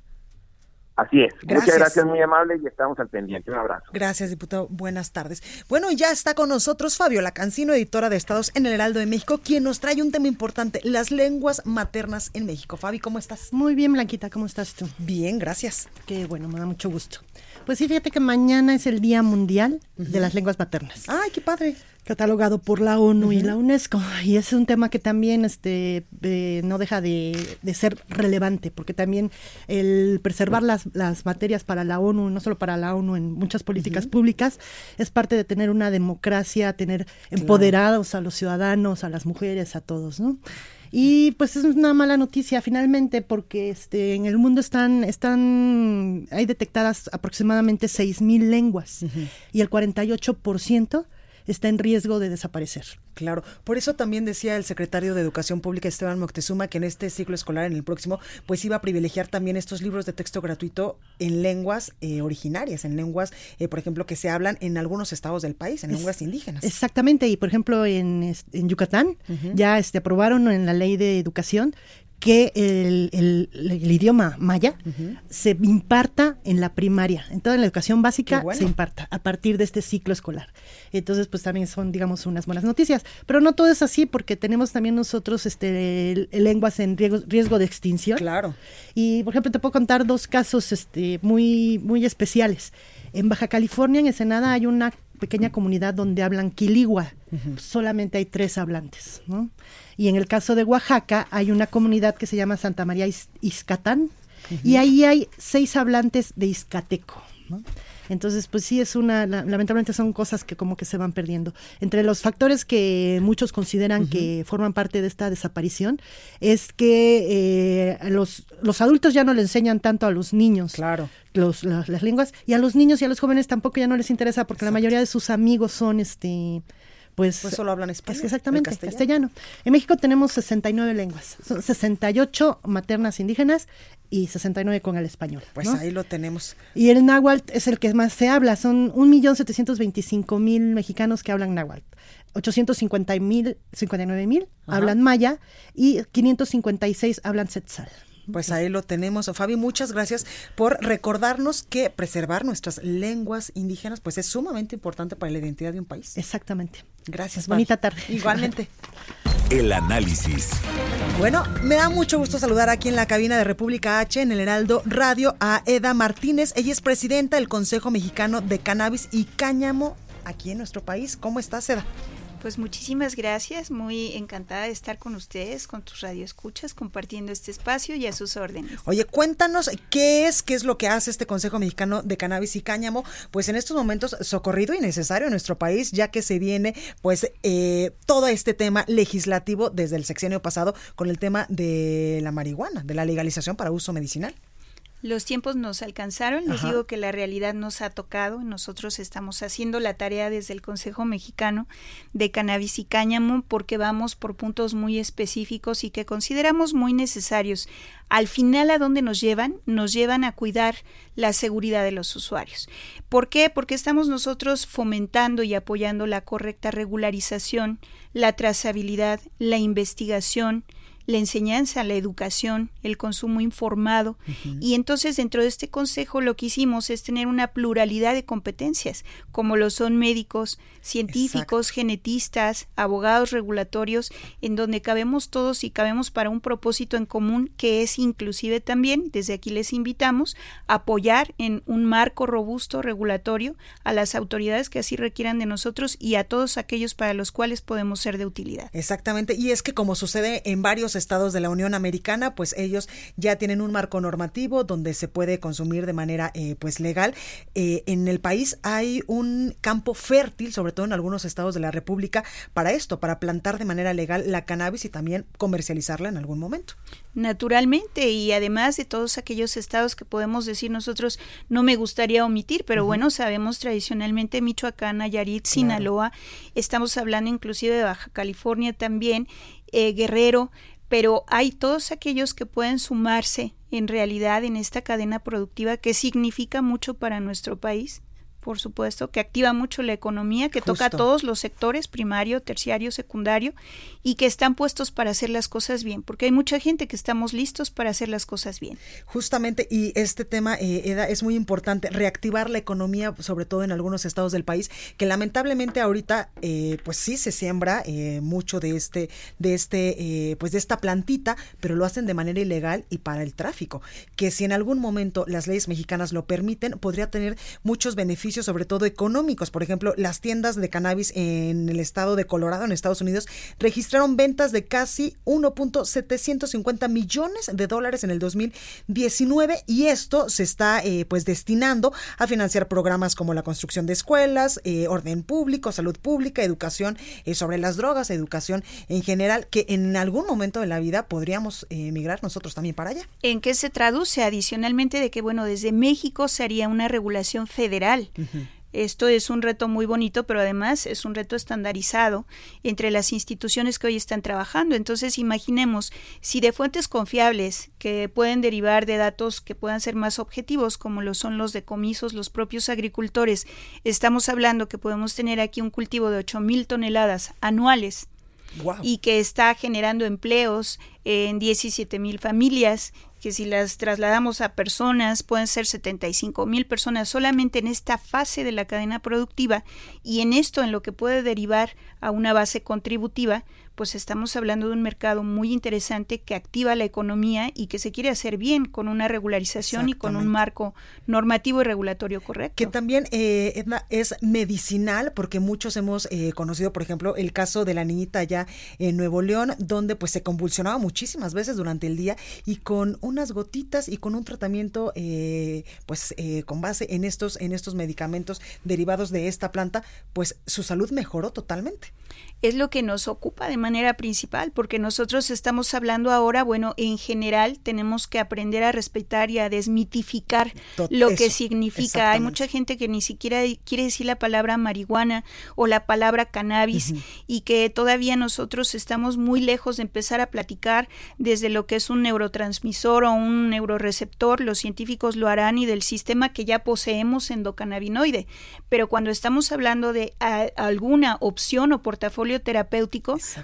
Así es. Gracias. Muchas gracias, muy amable, y estamos al pendiente. Un abrazo. Gracias, diputado. Buenas tardes. Bueno, y ya está con nosotros Fabiola Cancino, editora de Estados en el Heraldo de México, quien nos trae un tema importante, las lenguas maternas en México. Fabi, ¿cómo estás? Muy bien, Blanquita, ¿cómo estás tú? Bien, gracias. Qué bueno, me da mucho gusto. Pues sí, fíjate que mañana es el Día Mundial uh-huh. de las Lenguas Maternas. ¡Ay, qué padre! Catalogado por la ONU uh-huh. y la UNESCO, y es un tema que también este eh, no deja de, de ser relevante, porque también el preservar las, las materias para la ONU, no solo para la ONU, en muchas políticas uh-huh. públicas, es parte de tener una democracia, tener claro. empoderados a los ciudadanos, a las mujeres, a todos, ¿no? Y pues es una mala noticia finalmente, porque este en el mundo están están hay detectadas aproximadamente seis mil lenguas uh-huh. y el cuarenta y ocho por ciento está en riesgo de desaparecer. Claro, por eso también decía el secretario de Educación Pública, Esteban Moctezuma, que en este ciclo escolar, en el próximo, pues iba a privilegiar también estos libros de texto gratuito en lenguas eh, originarias, en lenguas, eh, por ejemplo, que se hablan en algunos estados del país, en es, lenguas indígenas. Exactamente, y por ejemplo en, en Yucatán uh-huh. ya este, aprobaron en la ley de educación que el, el, el idioma maya uh-huh. se imparta en la primaria, en toda la educación básica bueno. se imparta a partir de este ciclo escolar. Entonces, pues también son, digamos, unas buenas noticias. Pero no todo es así, porque tenemos también nosotros este lenguas en riesgo, riesgo de extinción. Claro. Y, por ejemplo, te puedo contar dos casos este muy, muy especiales. En Baja California, en Ensenada, hay una pequeña comunidad donde hablan quiligua. Uh-huh. Solamente hay tres hablantes, ¿no? Y en el caso de Oaxaca hay una comunidad que se llama Santa María Ixcatán uh-huh. y ahí hay seis hablantes de Ixcateco, ¿no? Entonces, pues sí es una, la, lamentablemente son cosas que como que se van perdiendo. Entre los factores que muchos consideran uh-huh. que forman parte de esta desaparición es que eh, los, los adultos ya no le enseñan tanto a los niños claro. los, las, las lenguas, y a los niños y a los jóvenes tampoco ya no les interesa, porque Exacto. la mayoría de sus amigos son este... Pues, pues solo hablan español. Exactamente, castellano. castellano. En México tenemos sesenta y nueve lenguas, son sesenta y ocho maternas indígenas y sesenta y nueve con el español. Pues ¿no? ahí lo tenemos. Y el náhuatl es el que más se habla, son un millón setecientos veinticinco mil mexicanos que hablan náhuatl. ochocientos cincuenta mil, cincuenta y nueve mil hablan maya y quinientos cincuenta y seis hablan tzeltal. Pues ahí lo tenemos. Fabi, muchas gracias por recordarnos que preservar nuestras lenguas indígenas pues es sumamente importante para la identidad de un país. Exactamente. Gracias, Fabi. Bonita tarde. Igualmente. El análisis. Bueno, me da mucho gusto saludar aquí en la cabina de República H, en el Heraldo Radio, a Eda Martínez. Ella es presidenta del Consejo Mexicano de Cannabis y Cáñamo aquí en nuestro país. ¿Cómo estás, Eda? Pues muchísimas gracias, muy encantada de estar con ustedes, con tus radioescuchas, compartiendo este espacio y a sus órdenes. Oye, cuéntanos qué es, qué es lo que hace este Consejo Mexicano de Cannabis y Cáñamo, pues en estos momentos socorrido y necesario en nuestro país, ya que se viene pues eh, todo este tema legislativo desde el sexenio pasado con el tema de la marihuana, de la legalización para uso medicinal. Los tiempos nos alcanzaron, les Ajá. digo que la realidad nos ha tocado, nosotros estamos haciendo la tarea desde el Consejo Mexicano de Cannabis y Cáñamo porque vamos por puntos muy específicos y que consideramos muy necesarios. Al final, ¿a dónde nos llevan? Nos llevan a cuidar la seguridad de los usuarios. ¿Por qué? Porque estamos nosotros fomentando y apoyando la correcta regularización, la trazabilidad, la investigación, la enseñanza, la educación, el consumo informado. Uh-huh. Y entonces dentro de este consejo lo que hicimos es tener una pluralidad de competencias, como lo son médicos, científicos, Exacto. genetistas, abogados regulatorios, en donde cabemos todos y cabemos para un propósito en común que es inclusive también, desde aquí les invitamos, apoyar en un marco robusto regulatorio a las autoridades que así requieran de nosotros y a todos aquellos para los cuales podemos ser de utilidad. Exactamente, y es que como sucede en varios estados de la Unión Americana, pues ellos ya tienen un marco normativo donde se puede consumir de manera eh, pues legal. Eh, en el país hay un campo fértil, sobre todo en algunos estados de la República, para esto, para plantar de manera legal la cannabis y también comercializarla en algún momento. Naturalmente, y además de todos aquellos estados que podemos decir nosotros, no me gustaría omitir, pero uh-huh. bueno, sabemos tradicionalmente Michoacán, Nayarit, claro. Sinaloa, estamos hablando inclusive de Baja California también, eh, Guerrero, pero hay todos aquellos que pueden sumarse en realidad en esta cadena productiva que significa mucho para nuestro país, por supuesto, que activa mucho la economía, que Justo. toca a todos los sectores, primario, terciario, secundario, y que están puestos para hacer las cosas bien, porque hay mucha gente que estamos listos para hacer las cosas bien. Justamente, y este tema, eh, Eda, es muy importante, reactivar la economía, sobre todo en algunos estados del país, que lamentablemente ahorita, eh, pues sí se siembra eh, mucho de este, de este, eh, pues de esta plantita, pero lo hacen de manera ilegal y para el tráfico, que si en algún momento las leyes mexicanas lo permiten, podría tener muchos beneficios, sobre todo económicos. Por ejemplo, las tiendas de cannabis en el estado de Colorado, en Estados Unidos, registraron ventas de casi uno punto setecientos cincuenta millones de dólares en el dos mil diecinueve, y esto se está eh, pues destinando a financiar programas como la construcción de escuelas, eh, orden público, salud pública, educación eh, sobre las drogas, educación en general, que en algún momento de la vida podríamos eh, migrar nosotros también para allá. ¿En qué se traduce? Adicionalmente de que, bueno, desde México se haría una regulación federal. Uh-huh. Esto es un reto muy bonito, pero además es un reto estandarizado entre las instituciones que hoy están trabajando. Entonces, imaginemos, si de fuentes confiables que pueden derivar de datos que puedan ser más objetivos, como lo son los decomisos, los propios agricultores, estamos hablando que podemos tener aquí un cultivo de ocho mil toneladas anuales. Wow. Y que está generando empleos en diecisiete mil familias, que si las trasladamos a personas pueden ser setenta y cinco mil personas solamente en esta fase de la cadena productiva, y en esto, en lo que puede derivar a una base contributiva, pues estamos hablando de un mercado muy interesante que activa la economía y que se quiere hacer bien con una regularización y con un marco normativo y regulatorio correcto. Que también eh, Edna, es medicinal, porque muchos hemos eh, conocido, por ejemplo, el caso de la niñita allá en Nuevo León, donde pues se convulsionaba muchísimas veces durante el día, y con unas gotitas y con un tratamiento eh, pues eh, con base en estos, en estos medicamentos derivados de esta planta, pues su salud mejoró totalmente. Es lo que nos ocupa de manera principal, porque nosotros estamos hablando ahora, bueno, en general tenemos que aprender a respetar y a desmitificar Tot- lo eso, que significa. Hay mucha gente que ni siquiera quiere decir la palabra marihuana o la palabra cannabis, uh-huh. y que todavía nosotros estamos muy lejos de empezar a platicar desde lo que es un neurotransmisor o un neuroreceptor. Los científicos lo harán, y del sistema que ya poseemos endocannabinoide, pero cuando estamos hablando de a, alguna opción o portafolio terapéutico,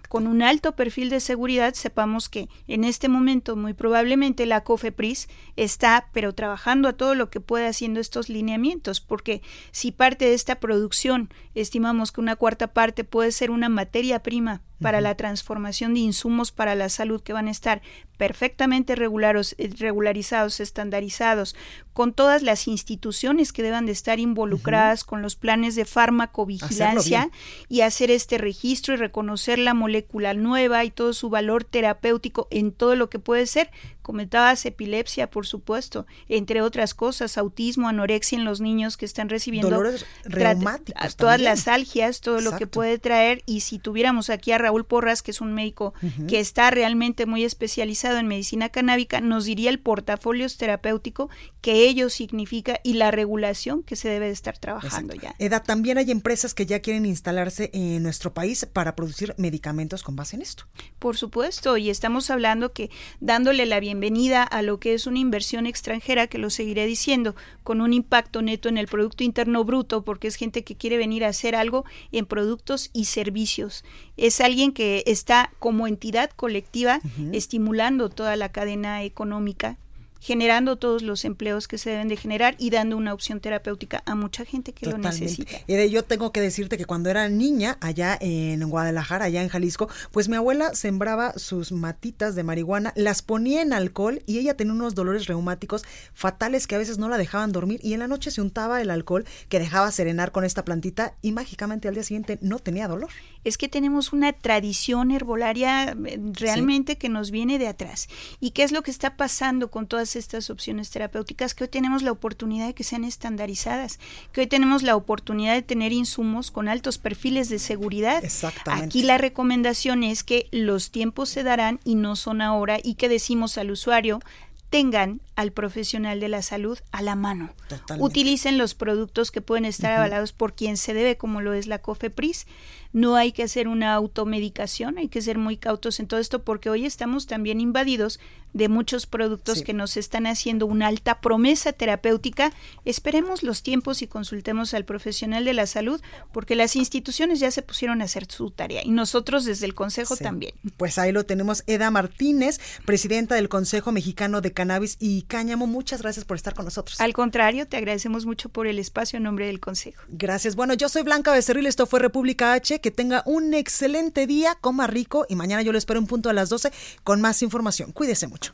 con un alto perfil de seguridad, sepamos que en este momento muy probablemente la COFEPRIS está, pero trabajando a todo lo que puede haciendo estos lineamientos, porque si parte de esta producción estimamos que una cuarta parte puede ser una materia prima para uh-huh. la transformación de insumos para la salud que van a estar perfectamente regularos, regularizados, estandarizados, con todas las instituciones que deban de estar involucradas, uh-huh. con los planes de farmacovigilancia y hacer este registro y reconocer la molécula nueva y todo su valor terapéutico en todo lo que puede ser. Comentabas epilepsia, por supuesto, entre otras cosas, autismo, anorexia en los niños que están recibiendo dolores reumáticos, todas también. las algias, todo Exacto. lo que puede traer. Y si tuviéramos aquí a Raúl Porras, que es un médico uh-huh. que está realmente muy especializado en medicina canábica, nos diría el portafolio terapéutico que ello significa y la regulación que se debe de estar trabajando Exacto. ya. Eda, también hay empresas que ya quieren instalarse en nuestro país para producir medicamentos con base en esto. Por supuesto, y estamos hablando que dándole la bienvenida bienvenida a lo que es una inversión extranjera, que lo seguiré diciendo, con un impacto neto en el Producto Interno Bruto, porque es gente que quiere venir a hacer algo en productos y servicios. Es alguien que está como entidad colectiva uh-huh. estimulando toda la cadena económica, generando todos los empleos que se deben de generar y dando una opción terapéutica a mucha gente que Totalmente. Lo necesita. Y yo tengo que decirte que cuando era niña, allá en Guadalajara, allá en Jalisco, pues mi abuela sembraba sus matitas de marihuana, las ponía en alcohol y ella tenía unos dolores reumáticos fatales que a veces no la dejaban dormir y en la noche se untaba el alcohol que dejaba serenar con esta plantita y mágicamente al día siguiente no tenía dolor. Es que tenemos una tradición herbolaria realmente sí. que nos viene de atrás. ¿Y qué es lo que está pasando con todas estas opciones terapéuticas? Que hoy tenemos la oportunidad de que sean estandarizadas, que hoy tenemos la oportunidad de tener insumos con altos perfiles de seguridad. Exactamente. Aquí la recomendación es que los tiempos se darán y no son ahora, y que decimos al usuario, tengan al profesional de la salud a la mano. Totalmente. Utilicen los productos que pueden estar uh-huh. avalados por quien se debe, como lo es la COFEPRIS. No hay que hacer una automedicación, hay que ser muy cautos en todo esto, porque hoy estamos también invadidos de muchos productos sí. que nos están haciendo una alta promesa terapéutica. Esperemos los tiempos y consultemos al profesional de la salud, porque las instituciones ya se pusieron a hacer su tarea y nosotros desde el Consejo sí. también. Pues ahí lo tenemos. Eda Martínez, presidenta del Consejo Mexicano de Cannabis y Cáñamo, muchas gracias por estar con nosotros. Al contrario, te agradecemos mucho por el espacio en nombre del Consejo. Gracias. Bueno, yo soy Blanca Becerril, esto fue República H. Que tenga un excelente día, coma rico y mañana yo lo espero un punto a las doce con más información. Cuídese mucho.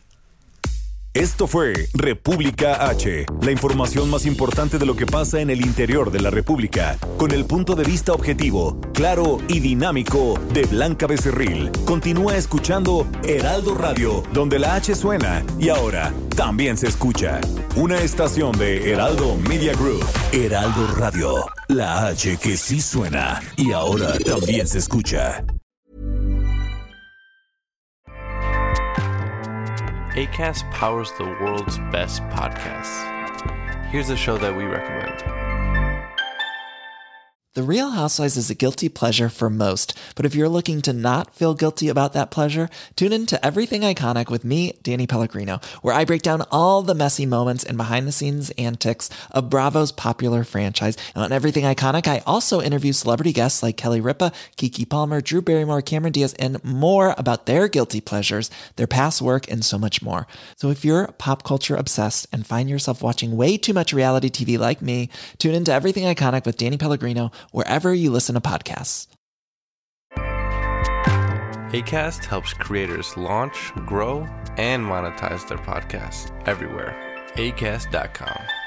Esto fue República H, la información más importante de lo que pasa en el interior de la República, con el punto de vista objetivo, claro y dinámico de Blanca Becerril. Continúa escuchando Heraldo Radio, donde la H suena y ahora también se escucha. Una estación de Heraldo Media Group. Heraldo Radio, la H que sí suena y ahora también se escucha. Acast powers the world's best podcasts. Here's a show that we recommend. The Real Housewives is a guilty pleasure for most, but if you're looking to not feel guilty about that pleasure, tune in to Everything Iconic with me, Danny Pellegrino, where I break down all the messy moments and behind-the-scenes antics of Bravo's popular franchise. And on Everything Iconic, I also interview celebrity guests like Kelly Ripa, Keke Palmer, Drew Barrymore, Cameron Diaz, and more about their guilty pleasures, their past work, and so much more. So if you're pop culture obsessed and find yourself watching way too much reality T V like me, tune in to Everything Iconic with Danny Pellegrino, wherever you listen to podcasts. Acast helps creators launch, grow, and monetize their podcasts everywhere. Acast dot com.